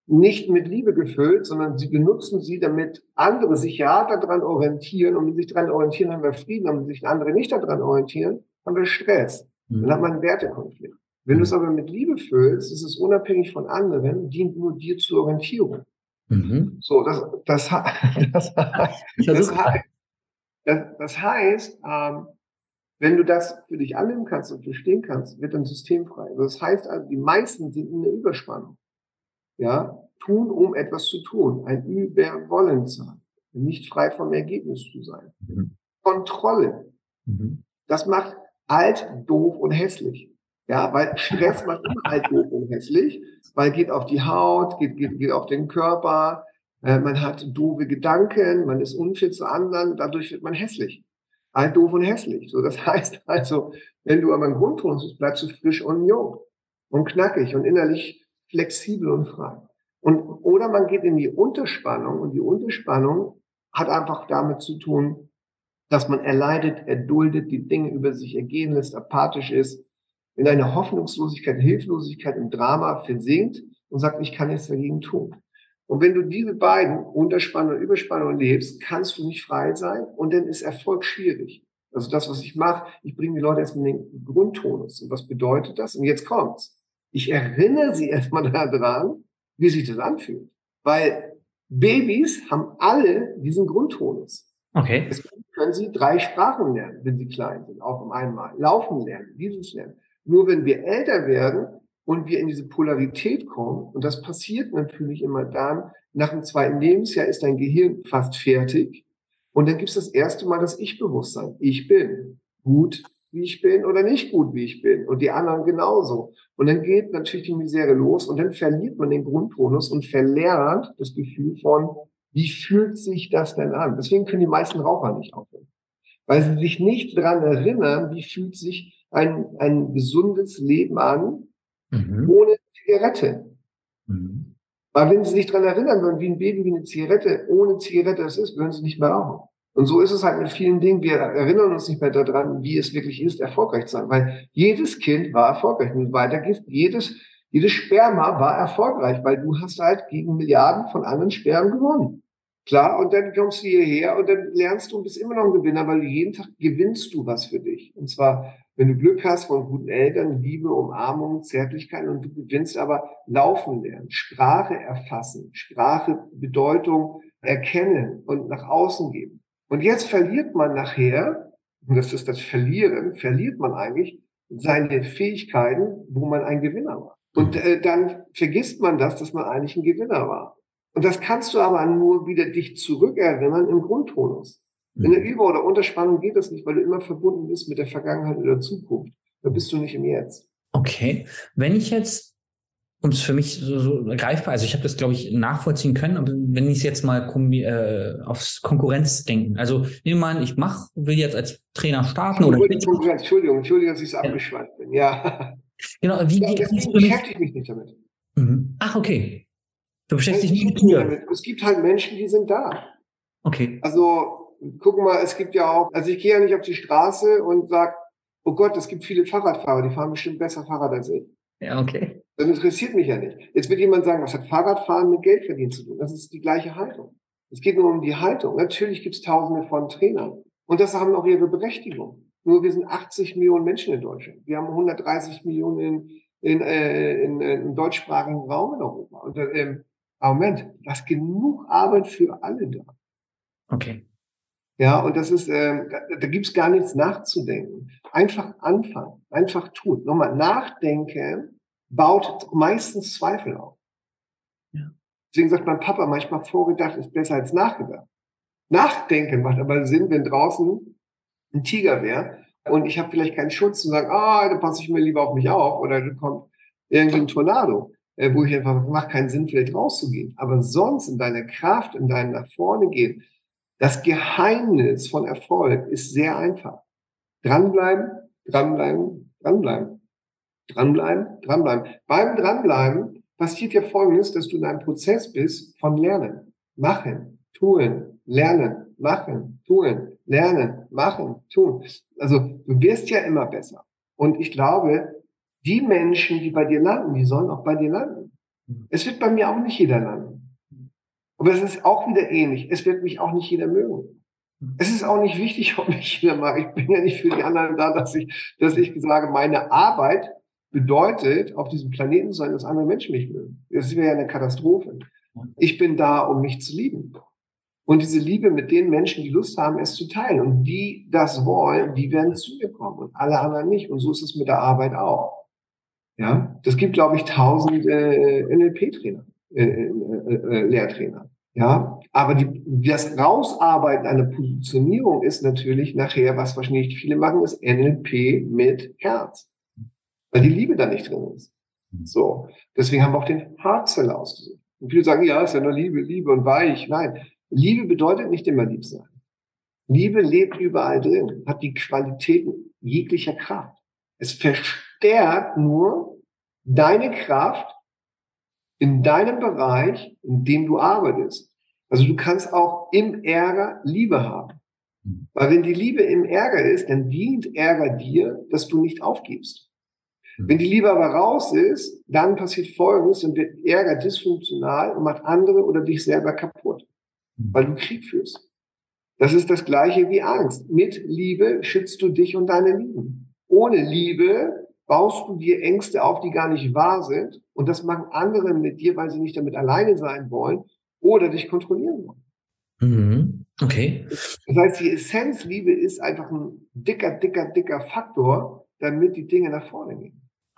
nicht mit Liebe gefüllt, sondern sie benutzen sie, damit andere sich ja daran orientieren. Und wenn sie sich daran orientieren, haben wir Frieden. Und wenn sich andere nicht daran orientieren, haben wir Stress. Dann hat man einen Wertekonflikt. Wenn du es aber mit Liebe füllst, ist es unabhängig von anderen, dient nur dir zur Orientierung. So, das heißt, wenn du das für dich annehmen kannst und verstehen kannst, wird dein System frei. Also das heißt also, die meisten sind in der Überspannung. Ja, tun, um etwas zu tun. Ein Überwollen sein. Nicht frei vom Ergebnis zu sein. Kontrolle. Das macht alt, doof und hässlich. Ja, weil Stress macht immer alt, doof und hässlich, weil geht auf die Haut, geht auf den Körper, man hat doofe Gedanken, man ist unfit zu anderen, dadurch wird man hässlich. Alt, doof und hässlich. So, das heißt also, wenn du aber im Grundton bist, bleibst du frisch und jung und knackig und innerlich flexibel und frei. Oder man geht in die Unterspannung und die Unterspannung hat einfach damit zu tun, dass man erleidet, erduldet, die Dinge über sich ergehen lässt, apathisch ist, in eine Hoffnungslosigkeit, Hilflosigkeit im Drama versinkt und sagt, ich kann nichts dagegen tun. Und wenn du diese beiden, Unterspannung und Überspannung, lebst, kannst du nicht frei sein und dann ist Erfolg schwierig. Also das, was ich mache, ich bringe die Leute erstmal in den Grundtonus. Und was bedeutet das? Und jetzt kommt's. Ich erinnere sie erstmal daran, wie sich das anfühlt. Weil Babys haben alle diesen Grundtonus. Okay. Deswegen können sie 3 Sprachen lernen, wenn sie klein sind, auf einmal. Laufen lernen, dieses lernen. Nur wenn wir älter werden und wir in diese Polarität kommen, und das passiert natürlich immer dann, nach dem 2. Lebensjahr ist dein Gehirn fast fertig und dann gibt es das erste Mal das Ich-Bewusstsein. Ich bin gut, wie ich bin oder nicht gut, wie ich bin und die anderen genauso. Und dann geht natürlich die Misere los und dann verliert man den Grundtonus und verlernt das Gefühl von, wie fühlt sich das denn an? Deswegen können die meisten Raucher nicht aufhören, weil sie sich nicht daran erinnern, wie fühlt sich ein gesundes Leben an, ohne Zigarette. Weil wenn sie sich daran erinnern würden, wie ein Baby, wie eine Zigarette, ohne Zigarette es ist, würden sie nicht mehr rauchen. Und so ist es halt mit vielen Dingen. Wir erinnern uns nicht mehr daran, wie es wirklich ist, erfolgreich zu sein. Weil jedes Kind war erfolgreich. Wenn du weitergehst, jedes Sperma war erfolgreich, weil du hast halt gegen Milliarden von anderen Spermen gewonnen. Klar, und dann kommst du hierher und dann lernst du und bist immer noch ein Gewinner, weil jeden Tag gewinnst du was für dich. Und zwar, wenn du Glück hast von guten Eltern, Liebe, Umarmung, Zärtlichkeit und du gewinnst aber Laufen lernen, Sprache erfassen, Sprache, Bedeutung erkennen und nach außen geben. Und jetzt verliert man nachher, und das ist das Verlieren, verliert man eigentlich seine Fähigkeiten, wo man ein Gewinner war. Und dann vergisst man das, dass man eigentlich ein Gewinner war. Und das kannst du aber nur wieder dich zurückerinnern im Grundtonus. In der Über- oder Unterspannung geht das nicht, weil du immer verbunden bist mit der Vergangenheit oder der Zukunft. Da bist du nicht im Jetzt. Okay. Wenn ich jetzt, um es für mich so greifbar, also ich habe das, glaube ich, nachvollziehen können, aber wenn ich es jetzt mal aufs Konkurrenz denken. Also nehmen wir mal an, will jetzt als Trainer starten. Entschuldigung, dass ich es abgeschweift bin. Ja. Genau, deswegen beschäftige ich mich nicht damit. Ach, okay. Du beschäftigst dich nicht damit. Es gibt halt Menschen, die sind da. Okay. Also, guck mal, es gibt ja auch, also ich gehe ja nicht auf die Straße und sage, oh Gott, es gibt viele Fahrradfahrer, die fahren bestimmt besser Fahrrad als ich. Ja, okay. Das interessiert mich ja nicht. Jetzt wird jemand sagen, was hat Fahrradfahren mit Geldverdienen zu tun? Das ist die gleiche Haltung. Es geht nur um die Haltung. Natürlich gibt es Tausende von Trainern. Und das haben auch ihre Berechtigung. Nur wir sind 80 Millionen Menschen in Deutschland. Wir haben 130 Millionen im deutschsprachigen Raum in Europa. Und Moment, da ist genug Arbeit für alle da. Okay. Ja, und das ist, da gibt's gar nichts nachzudenken. Einfach anfangen, einfach tun. Nochmal, nachdenken baut meistens Zweifel auf. Ja. Deswegen sagt mein Papa manchmal, vorgedacht ist besser als nachgedacht. Nachdenken macht aber Sinn, wenn draußen ein Tiger wäre und ich habe vielleicht keinen Schutz zu sagen, dann passe ich mir lieber auf mich auf oder dann kommt irgendein Tornado, wo ich einfach, macht keinen Sinn, vielleicht rauszugehen. Aber sonst in deiner Kraft, in deinem nach vorne gehen, das Geheimnis von Erfolg ist sehr einfach. Dranbleiben, dranbleiben, dranbleiben. Dranbleiben, dranbleiben. Beim Dranbleiben passiert ja Folgendes, dass du in einem Prozess bist von Lernen, Machen, Tun, Lernen, Machen, Tun, Lernen, Machen, Tun. Also du wirst ja immer besser. Und ich glaube, die Menschen, die bei dir landen, die sollen auch bei dir landen. Es wird bei mir auch nicht jeder landen. Aber es ist auch wieder ähnlich. Es wird mich auch nicht jeder mögen. Es ist auch nicht wichtig, ob mich jeder mag. Ich bin ja nicht für die anderen da, dass ich sage, meine Arbeit bedeutet, auf diesem Planeten zu sein, dass andere Menschen mich mögen. Das wäre ja eine Katastrophe. Ich bin da, um mich zu lieben. Und diese Liebe mit den Menschen, die Lust haben, es zu teilen. Und die das wollen, die werden zu mir kommen und alle anderen nicht. Und so ist es mit der Arbeit auch. Ja, das gibt, glaube ich, 1000 NLP-Trainer, Lehrtrainer. Ja, aber das Rausarbeiten einer Positionierung ist natürlich nachher, was wahrscheinlich viele machen, ist NLP mit Herz. Weil die Liebe da nicht drin ist. So. Deswegen haben wir auch den Heartseller ausgesucht. Und viele sagen, ja, ist ja nur Liebe, Liebe und weich. Nein. Liebe bedeutet nicht immer lieb sein. Liebe lebt überall drin, hat die Qualitäten jeglicher Kraft. Es verstärkt nur deine Kraft in deinem Bereich, in dem du arbeitest. Also du kannst auch im Ärger Liebe haben. Weil wenn die Liebe im Ärger ist, dann dient Ärger dir, dass du nicht aufgibst. Wenn die Liebe aber raus ist, dann passiert Folgendes, dann wird Ärger dysfunktional und macht andere oder dich selber kaputt, weil du Krieg führst. Das ist das Gleiche wie Angst. Mit Liebe schützt du dich und deine Lieben. Ohne Liebe baust du dir Ängste auf, die gar nicht wahr sind. Und das machen andere mit dir, weil sie nicht damit alleine sein wollen oder dich kontrollieren wollen. Mhm. Okay. Das heißt, die Essenz Liebe ist einfach ein dicker Faktor, damit die Dinge nach vorne gehen.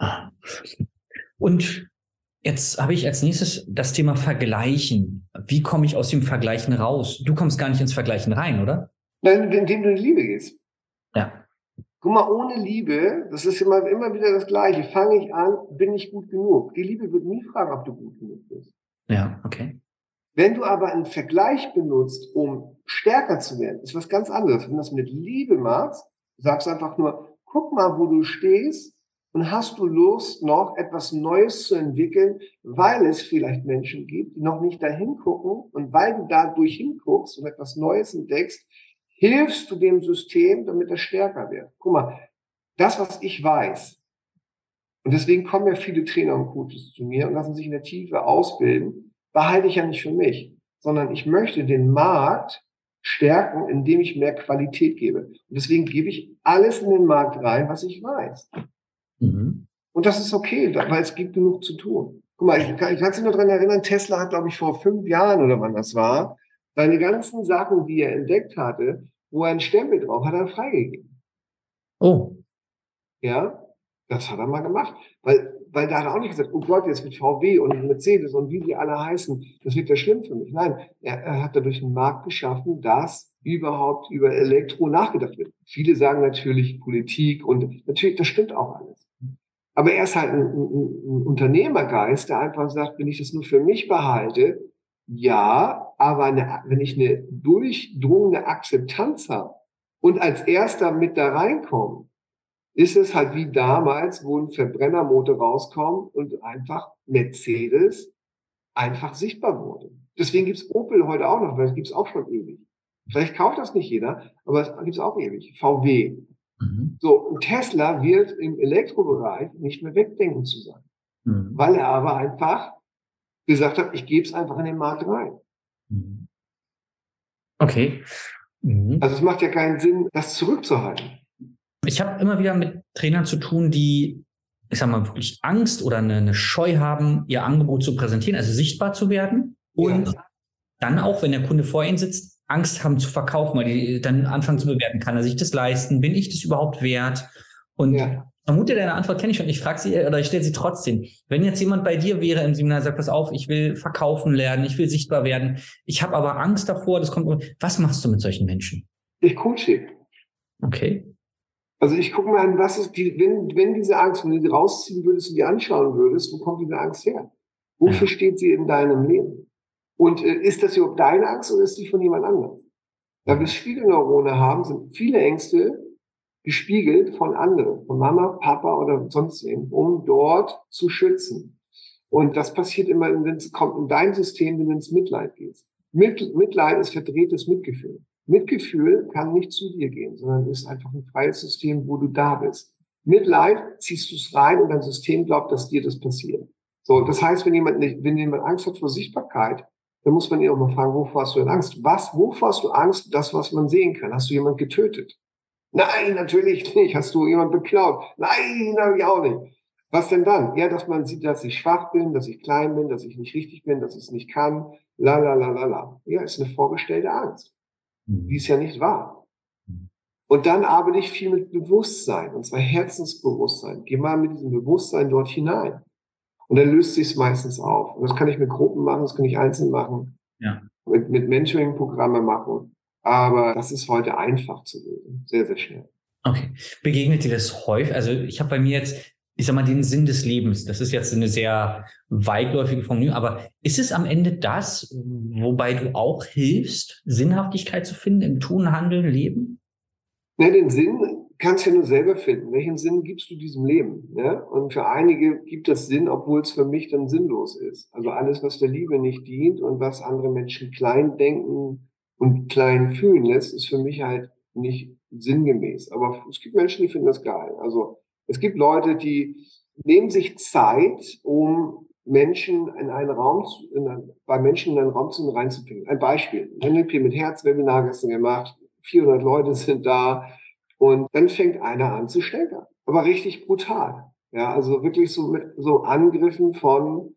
Und jetzt habe ich als nächstes das Thema Vergleichen. Wie komme ich aus dem Vergleichen raus? Du kommst gar nicht ins Vergleichen rein, oder? Nein, indem du in die Liebe gehst. Ja. Guck mal, ohne Liebe, das ist immer wieder das Gleiche. Fange ich an, bin ich gut genug? Die Liebe wird nie fragen, ob du gut genug bist. Ja, okay. Wenn du aber einen Vergleich benutzt, um stärker zu werden, ist was ganz anderes. Wenn du das mit Liebe machst, sagst einfach nur, guck mal, wo du stehst und hast du Lust, noch etwas Neues zu entwickeln, weil es vielleicht Menschen gibt, die noch nicht dahin gucken und weil du dadurch hinguckst und etwas Neues entdeckst, hilfst du dem System, damit es stärker wird. Guck mal, das, was ich weiß, und deswegen kommen ja viele Trainer und Coaches zu mir und lassen sich in der Tiefe ausbilden, behalte ich ja nicht für mich, sondern ich möchte den Markt stärken, indem ich mehr Qualität gebe. Und deswegen gebe ich alles in den Markt rein, was ich weiß. Mhm. Und das ist okay, weil es gibt genug zu tun. Guck mal, ich kann mich nur daran erinnern, Tesla hat, glaube ich, vor 5 Jahren oder wann das war, seine ganzen Sachen, die er entdeckt hatte, wo er einen Stempel drauf hat, er freigegeben. Oh. Ja, das hat er mal gemacht. Weil da hat er auch nicht gesagt, oh Gott, jetzt mit VW und Mercedes und wie die alle heißen, das wird ja schlimm für mich. Nein, er hat dadurch einen Markt geschaffen, dass überhaupt über Elektro nachgedacht wird. Viele sagen natürlich Politik und natürlich, das stimmt auch alles. Aber er ist halt ein Unternehmergeist, der einfach sagt, wenn ich das nur für mich behalte, ja, aber wenn ich eine durchdrungene Akzeptanz habe und als erster mit da reinkomme, ist es halt wie damals, wo ein Verbrennermotor rauskommt und einfach Mercedes einfach sichtbar wurde. Deswegen gibt's Opel heute auch noch, weil das gibt's auch schon ewig. Vielleicht kauft das nicht jeder, aber es gibt's auch ewig. VW. Mhm. So, und Tesla wird im Elektrobereich nicht mehr wegdenken zu sein. Mhm. Weil er aber einfach gesagt hat, ich gebe es einfach in den Markt rein. Mhm. Okay. Mhm. Also es macht ja keinen Sinn, das zurückzuhalten. Ich habe immer wieder mit Trainern zu tun, die, ich sag mal, wirklich Angst oder eine Scheu haben, ihr Angebot zu präsentieren, also sichtbar zu werden. Und dann auch, wenn der Kunde vor ihnen sitzt, Angst haben zu verkaufen, weil die dann anfangen zu bewerten, kann er sich das leisten? Bin ich das überhaupt wert? Und ich vermute, deine Antwort kenne ich schon. Ich frage sie oder ich stelle sie trotzdem. Wenn jetzt jemand bei dir wäre im Seminar, sagt, pass auf, ich will verkaufen lernen, ich will sichtbar werden, ich habe aber Angst davor, das kommt. Was machst du mit solchen Menschen? Ich coache. Okay. Also ich gucke mal an, was ist wenn diese Angst, wenn du die rausziehen würdest und die anschauen würdest, wo kommt diese Angst her? Wofür steht sie in deinem Leben? Und ist das überhaupt deine Angst oder ist die von jemand anderem? Da wir Spiegelneurone haben, sind viele Ängste gespiegelt von anderen, von Mama, Papa oder sonst wem, um dort zu schützen. Und das passiert immer, wenn es kommt in dein System, wenn du ins Mitleid gehst. Mitleid ist verdrehtes Mitgefühl. Mitgefühl kann nicht zu dir gehen, sondern ist einfach ein freies System, wo du da bist. Mitleid ziehst du es rein und dein System glaubt, dass dir das passiert. So, das heißt, wenn jemand Angst hat vor Sichtbarkeit, dann muss man ihn auch mal fragen, wovor hast du denn Angst? Wovor hast du Angst? Das, was man sehen kann. Hast du jemanden getötet? Nein, natürlich nicht. Hast du jemanden beklaut? Nein, habe ich auch nicht. Was denn dann? Ja, dass man sieht, dass ich schwach bin, dass ich klein bin, dass ich nicht richtig bin, dass ich es nicht kann. La, la, la, la, la. Ja, ist eine vorgestellte Angst. Die ist ja nicht wahr. Und dann arbeite ich viel mit Bewusstsein, und zwar Herzensbewusstsein. Geh mal mit diesem Bewusstsein dort hinein. Und dann löst sich es meistens auf. Und das kann ich mit Gruppen machen, das kann ich einzeln machen, mit Mentoring-Programme machen. Aber das ist heute einfach zu lösen, sehr, sehr schnell. Okay. Begegnet dir das häufig? Also ich habe bei mir jetzt, ich sag mal, den Sinn des Lebens. Das ist jetzt eine sehr weitläufige Formulierung, aber ist es am Ende das, wobei du auch hilfst, Sinnhaftigkeit zu finden im Tun, Handeln, Leben? Ne, den Sinn kannst du ja nur selber finden. Welchen Sinn gibst du diesem Leben? Ne? Und für einige gibt es Sinn, obwohl es für mich dann sinnlos ist. Also alles, was der Liebe nicht dient und was andere Menschen klein denken und klein fühlen lässt, ist für mich halt nicht sinngemäß. Aber es gibt Menschen, die finden das geil. Also es gibt Leute, die nehmen sich Zeit, um Menschen in einen Raum, bei Menschen in einen Raum reinzubringen. Ein Beispiel. NLP mit Herz-Webinar gestern gemacht. 400 Leute sind da. Und dann fängt einer an zu stänkern. Aber richtig brutal. Ja, also wirklich so mit so Angriffen von,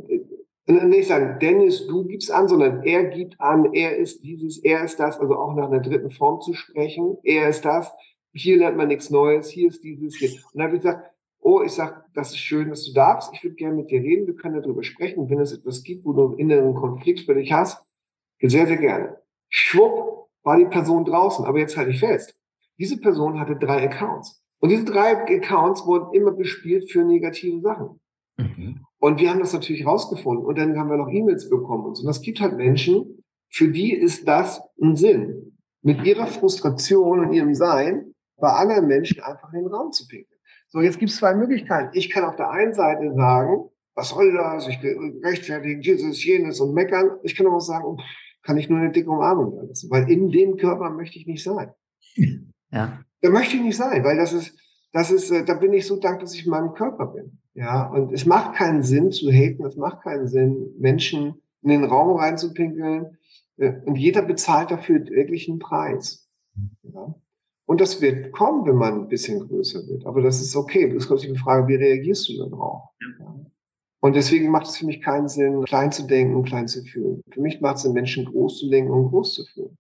nicht sagen, Dennis, du gibst an, sondern er gibt an, er ist dieses, er ist das, also auch nach einer dritten Form zu sprechen. Er ist das. Hier lernt man nichts Neues, hier ist dieses, hier. Und dann habe ich gesagt, das ist schön, dass du darfst. Ich würde gerne mit dir reden, wir können darüber sprechen. Wenn es etwas gibt, wo du einen inneren Konflikt für dich hast, sehr, sehr gerne. Schwupp, war die Person draußen. Aber jetzt halte ich fest. Diese Person hatte 3 Accounts. Und diese 3 Accounts wurden immer bespielt für negative Sachen. Und wir haben das natürlich rausgefunden. Und dann haben wir noch E-Mails bekommen und so. Und es gibt halt Menschen, für die ist das ein Sinn. Mit ihrer Frustration und ihrem Sein bei anderen Menschen einfach in den Raum zu pinkeln. So, jetzt gibt es 2 Möglichkeiten. Ich kann auf der einen Seite sagen, was soll das? Ich will rechtfertigen, dieses, jenes und meckern. Ich kann aber auch sagen, kann ich nur eine dicke Umarmung lassen. Weil in dem Körper möchte ich nicht sein. Ja. Da möchte ich nicht sein, weil da bin ich so dankbar, dass ich in meinem Körper bin. Ja, und es macht keinen Sinn zu haten, es macht keinen Sinn, Menschen in den Raum reinzupinkeln. Und jeder bezahlt dafür wirklich einen Preis. Ja. Und das wird kommen, wenn man ein bisschen größer wird. Aber das ist okay. Das ist die Frage, wie reagierst du darauf? Ja. Und deswegen macht es für mich keinen Sinn, klein zu denken und klein zu fühlen. Für mich macht es Sinn, Menschen groß zu denken und groß zu fühlen.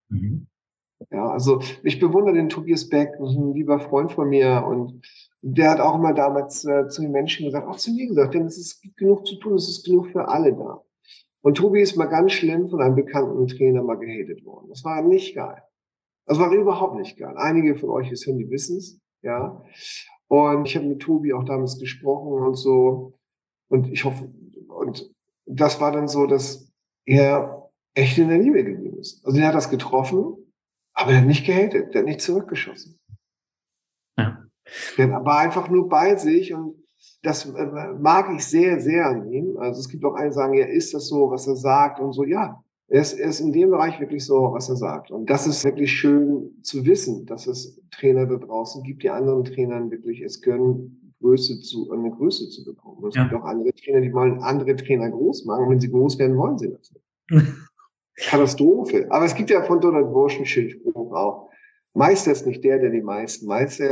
Ja, also ich bewundere den Tobias Beck, das ist ein lieber Freund von mir, und der hat auch immer damals zu den Menschen gesagt, auch zu mir gesagt, denn es gibt genug zu tun, es ist genug für alle da. Und Tobi ist mal ganz schlimm von einem bekannten Trainer mal gehatet worden. Das war nicht geil. Das war überhaupt nicht geil. Einige von euch die wissen es, ja. Und ich habe mit Tobi auch damals gesprochen und so. Und ich hoffe, und das war dann so, dass er echt in der Liebe geblieben ist. Also er hat das getroffen, aber er hat nicht gehatet, der hat nicht zurückgeschossen. Ja. Der war einfach nur bei sich, und das mag ich sehr, sehr an ihm. Also es gibt auch einen, die sagen, ja, ist das so, was er sagt und so. Ja, er ist in dem Bereich wirklich so, was er sagt. Und das ist wirklich schön zu wissen, dass es Trainer da draußen gibt, die anderen Trainern wirklich es gönnen, eine Größe zu bekommen. Und es gibt auch andere Trainer, die wollen andere Trainer groß machen. Und wenn sie groß werden, wollen sie das nicht. Katastrophe. Aber es gibt ja von Donald Walsh einen Schildspruch auch. Meister ist nicht der die meisten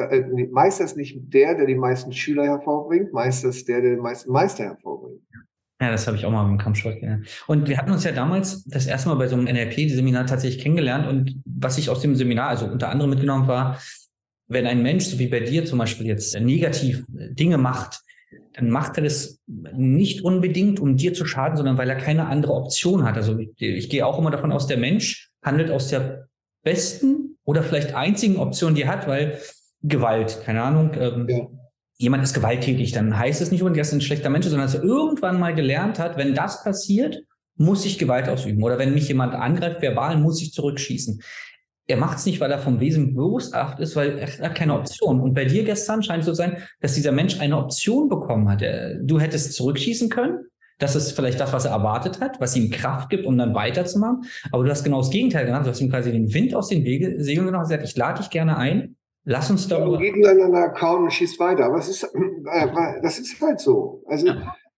Schüler hervorbringt. Meister ist der die meisten Meister hervorbringt. Ja, das habe ich auch mal im Kampfsport gelernt. Und wir hatten uns ja damals das erste Mal bei so einem NLP-Seminar tatsächlich kennengelernt. Und was ich aus dem Seminar, also unter anderem mitgenommen war, wenn ein Mensch, so wie bei dir zum Beispiel jetzt, negativ Dinge macht, dann macht er das nicht unbedingt, um dir zu schaden, sondern weil er keine andere Option hat. Also ich gehe auch immer davon aus, der Mensch handelt aus der besten oder vielleicht einzigen Option, die er hat, weil Gewalt, keine Ahnung, jemand ist gewalttätig, dann heißt es nicht unbedingt, dass er ein schlechter Mensch ist, sondern dass er irgendwann mal gelernt hat, wenn das passiert, muss ich Gewalt ausüben. Oder wenn mich jemand angreift, verbal, muss ich zurückschießen. Er macht es nicht, weil er vom Wesen boshaft ist, weil er hat keine Option. Und bei dir gestern scheint es so zu sein, dass dieser Mensch eine Option bekommen hat. Du hättest zurückschießen können. Das ist vielleicht das, was er erwartet hat, was ihm Kraft gibt, um dann weiterzumachen. Aber du hast genau das Gegenteil gemacht. Du hast ihm quasi den Wind aus den Segeln genommen und gesagt, ich lade dich gerne ein. Lass uns darüber... Ja, geht in deinen Account und schießt weiter. Aber das ist halt so. Also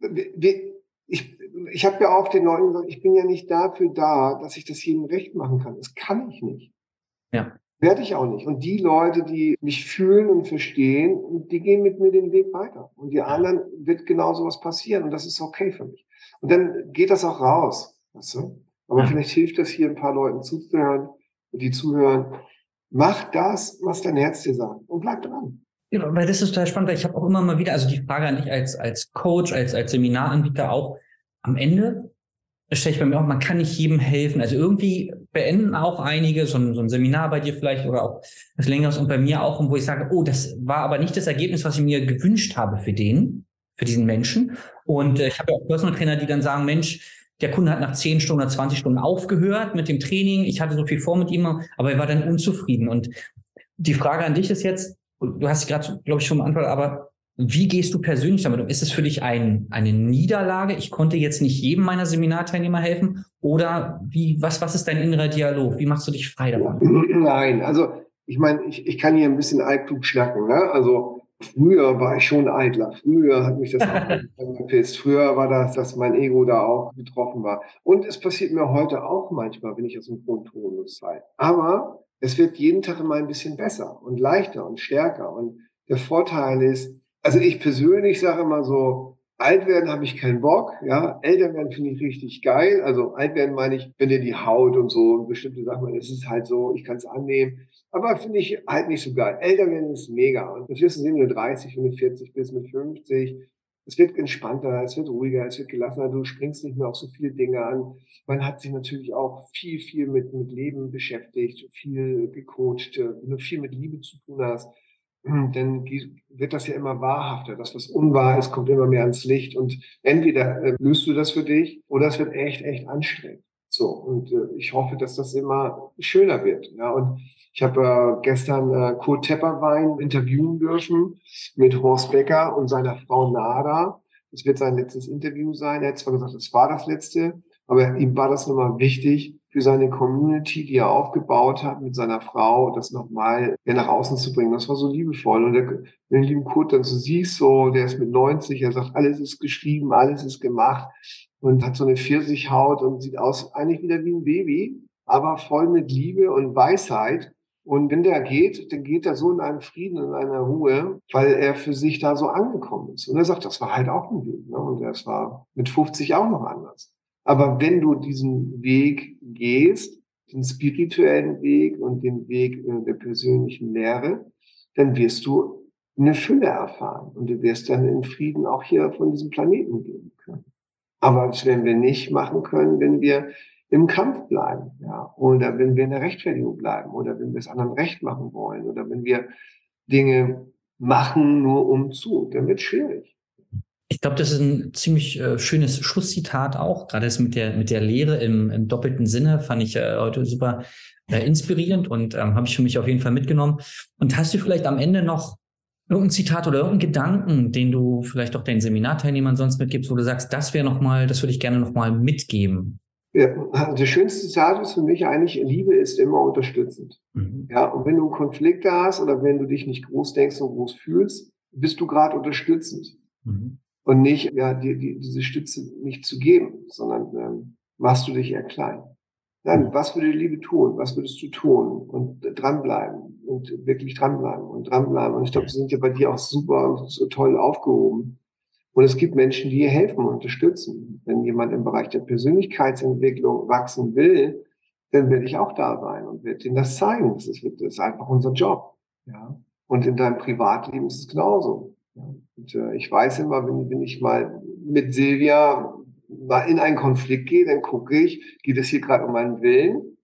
Ich habe ja auch den Leuten gesagt, ich bin ja nicht dafür da, dass ich das jedem recht machen kann. Das kann ich nicht. Ja. Werde ich auch nicht. Und die Leute, die mich fühlen und verstehen, die gehen mit mir den Weg weiter. Und die anderen wird genau sowas passieren. Und das ist okay für mich. Und dann geht das auch raus. Weißt du? Aber vielleicht hilft das hier ein paar Leuten zuzuhören, die zuhören. Mach das, was dein Herz dir sagt. Und bleib dran. Ja, weil das ist total spannend, weil ich habe auch immer mal wieder, also die Frage an dich als Coach, als Seminaranbieter auch, am Ende stelle ich bei mir auch, man kann nicht jedem helfen. Also irgendwie beenden auch einige so ein Seminar bei dir vielleicht oder auch das Längeres und bei mir auch, wo ich sage, oh, das war aber nicht das Ergebnis, was ich mir gewünscht habe für diesen Menschen. Und ich habe ja auch Personal Trainer, die dann sagen, Mensch, der Kunde hat nach 10 Stunden oder 20 Stunden aufgehört mit dem Training. Ich hatte so viel vor mit ihm, aber er war dann unzufrieden. Und die Frage an dich ist jetzt, du hast gerade, glaube ich, schon beantwortet, aber wie gehst du persönlich damit um? Ist es für dich eine Niederlage? Ich konnte jetzt nicht jedem meiner Seminarteilnehmer helfen? Oder was ist dein innerer Dialog? Wie machst du dich frei davon? Nein, also ich meine, ich kann hier ein bisschen altklug schnacken. Ne? Also früher war ich schon eitler. Früher hat mich das auch angepisst. Früher war das, dass mein Ego da auch betroffen war. Und es passiert mir heute auch manchmal, wenn ich aus dem Tonus sei. Aber es wird jeden Tag immer ein bisschen besser und leichter und stärker. Und der Vorteil ist, also ich persönlich sage immer so, alt werden habe ich keinen Bock, ja. Älter werden finde ich richtig geil. Also alt werden meine ich, wenn dir die Haut und so und bestimmte Sachen, es ist halt so, ich kann es annehmen. Aber finde ich halt nicht so geil. Älter werden ist mega. Und das wirst du sehen, wenn du 30, wenn du 40 bist, mit 50. Es wird entspannter, es wird ruhiger, es wird gelassener. Du springst nicht mehr auf so viele Dinge an. Man hat sich natürlich auch viel mit Leben beschäftigt, viel gecoacht. Wenn du viel mit Liebe zu tun hast, dann wird das ja immer wahrhafter. Das, was unwahr ist, kommt immer mehr ans Licht. Und entweder löst du das für dich oder es wird echt anstrengend. So, und ich hoffe, dass das immer schöner wird. Ja, und ich habe gestern Kurt Tepperwein interviewen dürfen mit Horst Becker und seiner Frau Nada. Das wird sein letztes Interview sein. Er hat zwar gesagt, das war das letzte, aber ihm war das nochmal wichtig für seine Community, die er aufgebaut hat mit seiner Frau, das nochmal nach außen zu bringen. Das war so liebevoll. Und wenn du den lieben Kurt dann so siehst, so, der ist mit 90, er sagt, alles ist geschrieben, alles ist gemacht und hat so eine Pfirsichhaut und sieht aus eigentlich wieder wie ein Baby, aber voll mit Liebe und Weisheit. Und wenn der geht, dann geht er so in einem Frieden, in einer Ruhe, weil er für sich da so angekommen ist. Und er sagt, das war halt auch ein Weg. Ne? Und das war mit 50 auch noch anders. Aber wenn du diesen Weg gehst, den spirituellen Weg und den Weg der persönlichen Lehre, dann wirst du eine Fülle erfahren. Und du wirst dann in Frieden auch hier von diesem Planeten gehen können. Aber das werden wir nicht machen können, wenn wir im Kampf bleiben, ja, oder wenn wir in der Rechtfertigung bleiben, oder wenn wir es anderen recht machen wollen, oder wenn wir Dinge machen nur um zu, dann wird es schwierig. Ich glaube, das ist ein ziemlich schönes Schlusszitat auch, gerade das mit der Lehre im doppelten Sinne, fand ich heute super inspirierend und habe ich für mich auf jeden Fall mitgenommen. Und hast du vielleicht am Ende noch irgendein Zitat oder irgendeinen Gedanken, den du vielleicht auch deinen Seminarteilnehmern sonst mitgibst, wo du sagst, das würde ich gerne nochmal mitgeben? Ja, das schönste Zitat ist für mich eigentlich, Liebe ist immer unterstützend. Mhm. Ja, und wenn du Konflikte hast oder wenn du dich nicht groß denkst und groß fühlst, bist du gerade unterstützend. Mhm. Und nicht, diese Stütze nicht zu geben, sondern machst du dich eher klein. Dann, was würde Liebe tun? Was würdest du tun? Und dranbleiben und wirklich dranbleiben und dranbleiben. Und ich glaube, sie sind ja bei dir auch super und so toll aufgehoben. Und es gibt Menschen, die dir helfen und unterstützen. Wenn jemand im Bereich der Persönlichkeitsentwicklung wachsen will, dann werde ich auch da sein und werde ihm das zeigen. Das ist einfach unser Job. Ja. Und in deinem Privatleben ist es genauso. Ja. Und ich weiß immer, wenn ich mal mit Silvia mal in einen Konflikt gehe, dann gucke ich, geht es hier gerade um meinen Willen?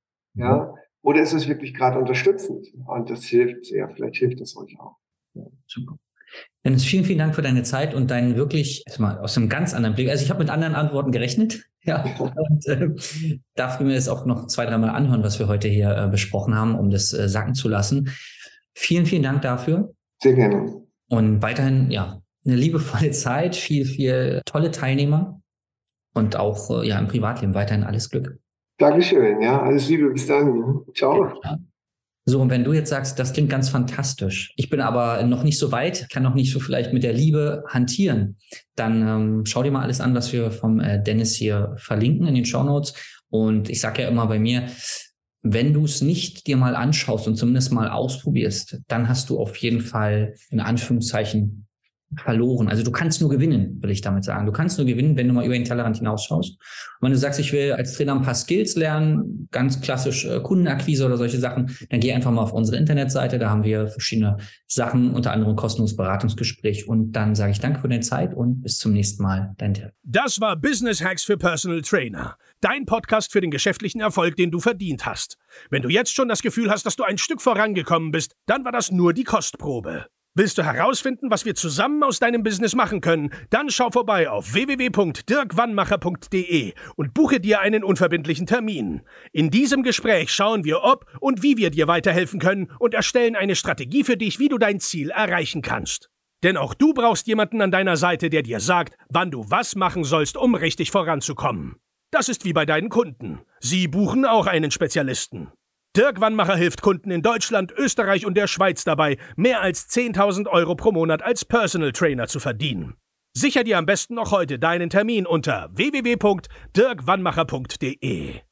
Ja. Oder ist es wirklich gerade unterstützend? Und das hilft, ja, vielleicht hilft das euch auch. Ja. Super. Dennis, vielen Dank für deine Zeit und deinen wirklich, erstmal aus einem ganz anderen Blick. Also ich habe mit anderen Antworten gerechnet, ja, und darf mir das auch noch 2-3 Mal anhören, was wir heute hier besprochen haben, um das sacken zu lassen. Vielen Dank dafür. Sehr gerne. Und weiterhin, ja, eine liebevolle Zeit, viel tolle Teilnehmer und auch im Privatleben weiterhin alles Glück. Dankeschön, ja, alles Liebe, bis dann. Ciao. Ja. So, und wenn du jetzt sagst, das klingt ganz fantastisch, ich bin aber noch nicht so weit, kann noch nicht so vielleicht mit der Liebe hantieren, dann schau dir mal alles an, was wir vom Dennis hier verlinken in den Shownotes. Und ich sage ja immer bei mir, wenn du es nicht dir mal anschaust und zumindest mal ausprobierst, dann hast du auf jeden Fall in Anführungszeichen verloren. Also du kannst nur gewinnen, will ich damit sagen. Du kannst nur gewinnen, wenn du mal über den Tellerrand hinausschaust. Und wenn du sagst, ich will als Trainer ein paar Skills lernen, ganz klassisch Kundenakquise oder solche Sachen, dann geh einfach mal auf unsere Internetseite. Da haben wir verschiedene Sachen, unter anderem ein kostenloses Beratungsgespräch. Und dann sage ich danke für deine Zeit und bis zum nächsten Mal. Dein Dirk. Das war Business Hacks für Personal Trainer. Dein Podcast für den geschäftlichen Erfolg, den du verdient hast. Wenn du jetzt schon das Gefühl hast, dass du ein Stück vorangekommen bist, dann war das nur die Kostprobe. Willst du herausfinden, was wir zusammen aus deinem Business machen können? Dann schau vorbei auf www.dirkwannmacher.de und buche dir einen unverbindlichen Termin. In diesem Gespräch schauen wir, ob und wie wir dir weiterhelfen können und erstellen eine Strategie für dich, wie du dein Ziel erreichen kannst. Denn auch du brauchst jemanden an deiner Seite, der dir sagt, wann du was machen sollst, um richtig voranzukommen. Das ist wie bei deinen Kunden. Sie buchen auch einen Spezialisten. Dirk Wannmacher hilft Kunden in Deutschland, Österreich und der Schweiz dabei, mehr als 10.000 € pro Monat als Personal Trainer zu verdienen. Sicher dir am besten noch heute deinen Termin unter www.dirkwannmacher.de.